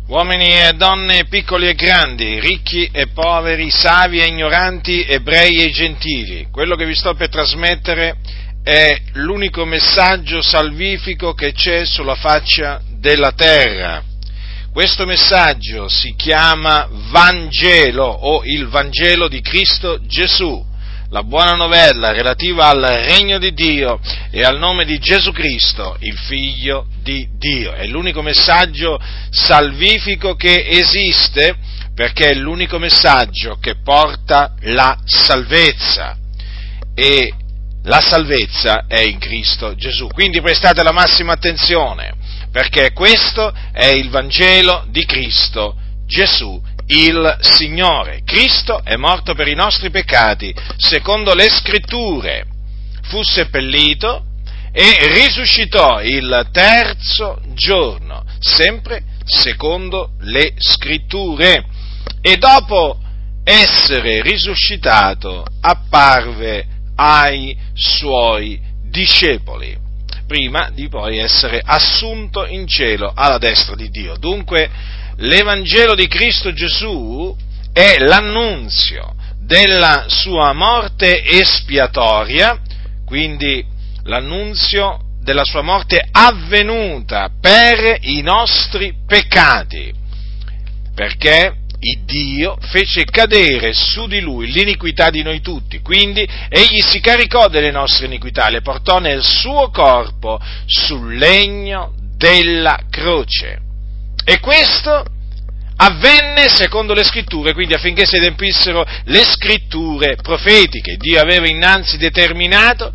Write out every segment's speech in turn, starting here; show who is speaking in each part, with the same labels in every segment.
Speaker 1: Uomini e donne, piccoli e grandi, ricchi e poveri, savi e ignoranti, ebrei e gentili, quello che vi sto per trasmettere è l'unico messaggio salvifico che c'è sulla faccia della terra. Questo messaggio si chiama Vangelo o il Vangelo di Cristo Gesù, la buona novella relativa al regno di Dio e al nome di Gesù Cristo, il Figlio di Dio. È l'unico messaggio salvifico che esiste, perché è l'unico messaggio che porta la salvezza, e la salvezza è in Cristo Gesù. Quindi prestate la massima attenzione, perché questo è il Vangelo di Cristo Gesù, il Signore. Cristo è morto per i nostri peccati, secondo le Scritture, fu seppellito e risuscitò il terzo giorno, sempre secondo le Scritture, e dopo essere risuscitato apparve ai suoi discepoli, prima di poi essere assunto in cielo alla destra di Dio. Dunque, l'Evangelo di Cristo Gesù è l'annunzio della sua morte espiatoria, quindi l'annunzio della sua morte avvenuta per i nostri peccati, perché il Dio fece cadere su di lui l'iniquità di noi tutti, quindi egli si caricò delle nostre iniquità, le portò nel suo corpo sul legno della croce. E questo avvenne secondo le Scritture, quindi affinché si adempissero le Scritture profetiche. Dio aveva innanzi determinato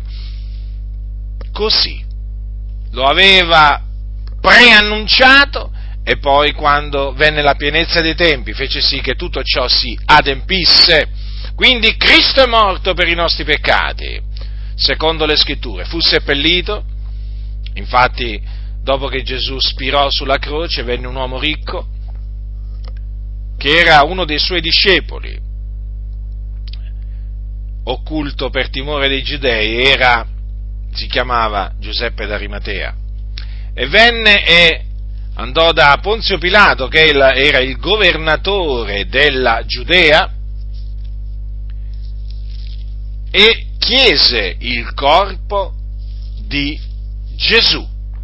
Speaker 1: così, lo aveva preannunciato, e poi, quando venne la pienezza dei tempi, fece sì che tutto ciò si adempisse. Quindi Cristo è morto per i nostri peccati, secondo le Scritture, fu seppellito. Infatti, dopo che Gesù spirò sulla croce, venne un uomo ricco, che era uno dei suoi discepoli, occulto per timore dei Giudei, si chiamava Giuseppe d'Arimatea, e venne e andò da Ponzio Pilato, che era il governatore della Giudea, e chiese il corpo di Gesù.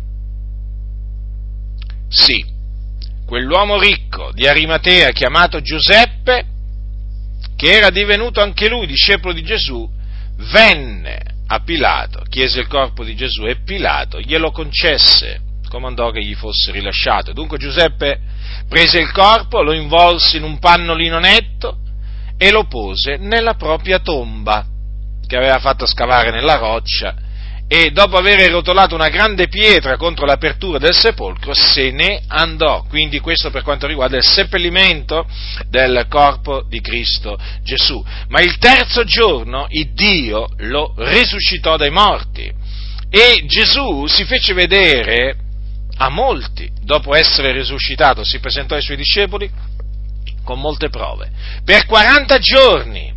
Speaker 1: Sì, quell'uomo ricco di Arimatea chiamato Giuseppe, che era divenuto anche lui discepolo di Gesù, venne a Pilato, chiese il corpo di Gesù e Pilato glielo concesse, comandò che gli fosse rilasciato. Dunque Giuseppe prese il corpo, lo involse in un pannolino netto e lo pose nella propria tomba, che aveva fatto scavare nella roccia, e dopo aver rotolato una grande pietra contro l'apertura del sepolcro se ne andò. Quindi questo per quanto riguarda il seppellimento del corpo di Cristo Gesù. Ma il terzo giorno il Dio lo risuscitò dai morti, e Gesù si fece vedere a molti. Dopo essere risuscitato si presentò ai suoi discepoli con molte prove, per 40 giorni,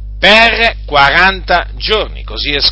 Speaker 1: così è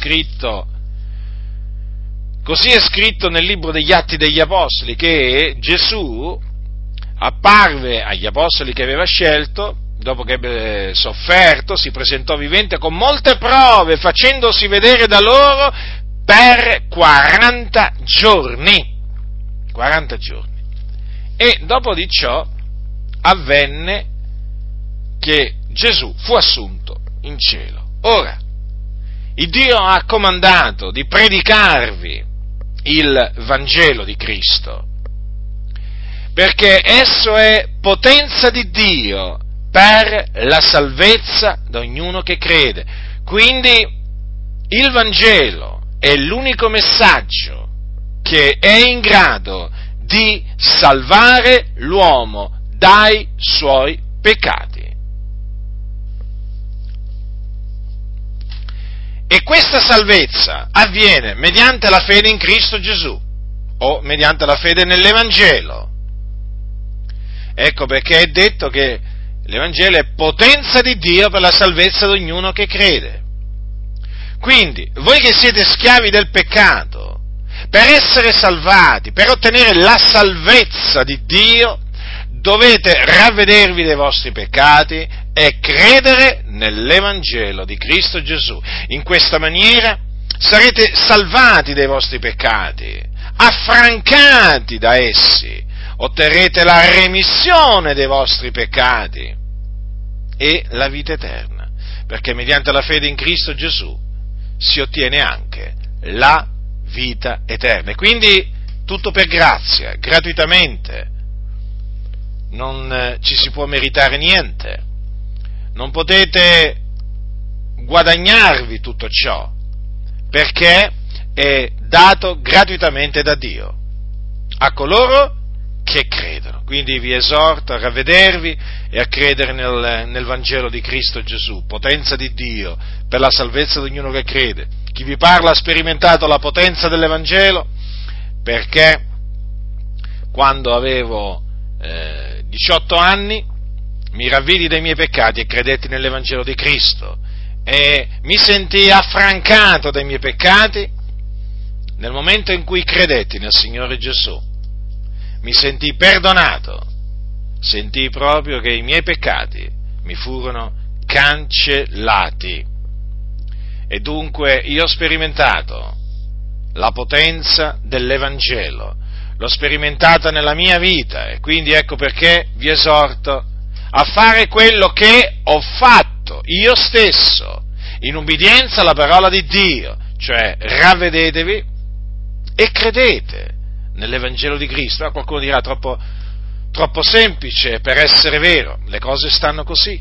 Speaker 1: scritto nel libro degli Atti degli Apostoli, che Gesù apparve agli apostoli che aveva scelto, dopo che ebbe sofferto, si presentò vivente con molte prove, facendosi vedere da loro per 40 giorni. 40 giorni. E dopo di ciò avvenne che Gesù fu assunto in cielo. Ora, il Dio ha comandato di predicarvi il Vangelo di Cristo, perché esso è potenza di Dio per la salvezza di ognuno che crede. Quindi il Vangelo è l'unico messaggio che è in grado di salvare l'uomo dai suoi peccati. E questa salvezza avviene mediante la fede in Cristo Gesù, o mediante la fede nell'Evangelo. Ecco perché è detto che l'Evangelo è potenza di Dio per la salvezza di ognuno che crede. Quindi, voi che siete schiavi del peccato, per essere salvati, per ottenere la salvezza di Dio, dovete ravvedervi dei vostri peccati e credere nell'Evangelo di Cristo Gesù. In questa maniera sarete salvati dai vostri peccati, affrancati da essi, otterrete la remissione dei vostri peccati e la vita eterna, perché mediante la fede in Cristo Gesù si ottiene anche la vita eterna. E quindi tutto per grazia, gratuitamente, non ci si può meritare niente, non potete guadagnarvi tutto ciò, perché è dato gratuitamente da Dio a coloro che credono. Quindi vi esorto a ravvedervi e a credere nel Vangelo di Cristo Gesù, potenza di Dio per la salvezza di ognuno che crede. Chi vi parla ha sperimentato la potenza dell'Evangelo, perché quando avevo 18 anni mi ravvidi dei miei peccati e credetti nell'Evangelo di Cristo e mi sentii affrancato dai miei peccati nel momento in cui credetti nel Signore Gesù. Mi sentii perdonato, sentii proprio che i miei peccati mi furono cancellati e dunque io ho sperimentato la potenza dell'Evangelo, l'ho sperimentata nella mia vita e quindi ecco perché vi esorto a fare quello che ho fatto io stesso, in ubbidienza alla parola di Dio, cioè ravvedetevi e credete nell'Evangelo di Cristo. Qualcuno dirà troppo semplice per essere vero, le cose stanno così.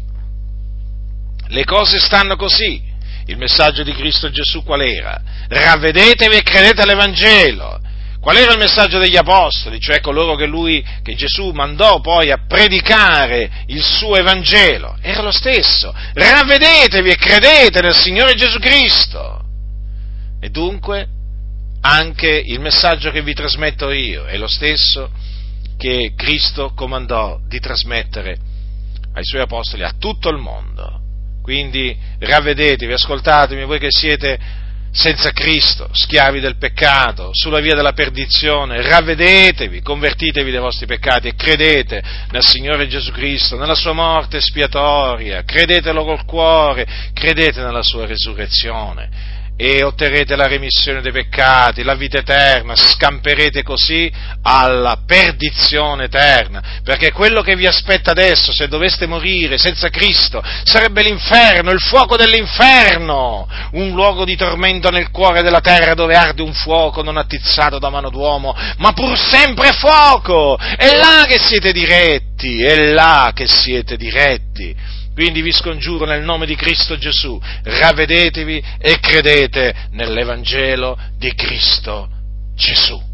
Speaker 1: Il messaggio di Cristo Gesù qual era? Ravvedetevi e credete all'Evangelo. Qual era il messaggio degli apostoli, cioè coloro che Gesù mandò poi a predicare il suo Evangelo? Era lo stesso. Ravvedetevi e credete nel Signore Gesù Cristo. E dunque anche il messaggio che vi trasmetto io è lo stesso che Cristo comandò di trasmettere ai Suoi apostoli a tutto il mondo. Quindi ravvedetevi, ascoltatemi, voi che siete senza Cristo, schiavi del peccato, sulla via della perdizione, ravvedetevi, convertitevi dai vostri peccati e credete nel Signore Gesù Cristo, nella sua morte espiatoria, credetelo col cuore, credete nella sua resurrezione e otterrete la remissione dei peccati, la vita eterna, scamperete così alla perdizione eterna, perché quello che vi aspetta adesso, se doveste morire senza Cristo, sarebbe l'inferno, il fuoco dell'inferno, un luogo di tormento nel cuore della terra dove arde un fuoco non attizzato da mano d'uomo, ma pur sempre fuoco. È là che siete diretti. Quindi vi scongiuro nel nome di Cristo Gesù, ravvedetevi e credete nell'Evangelo di Cristo Gesù.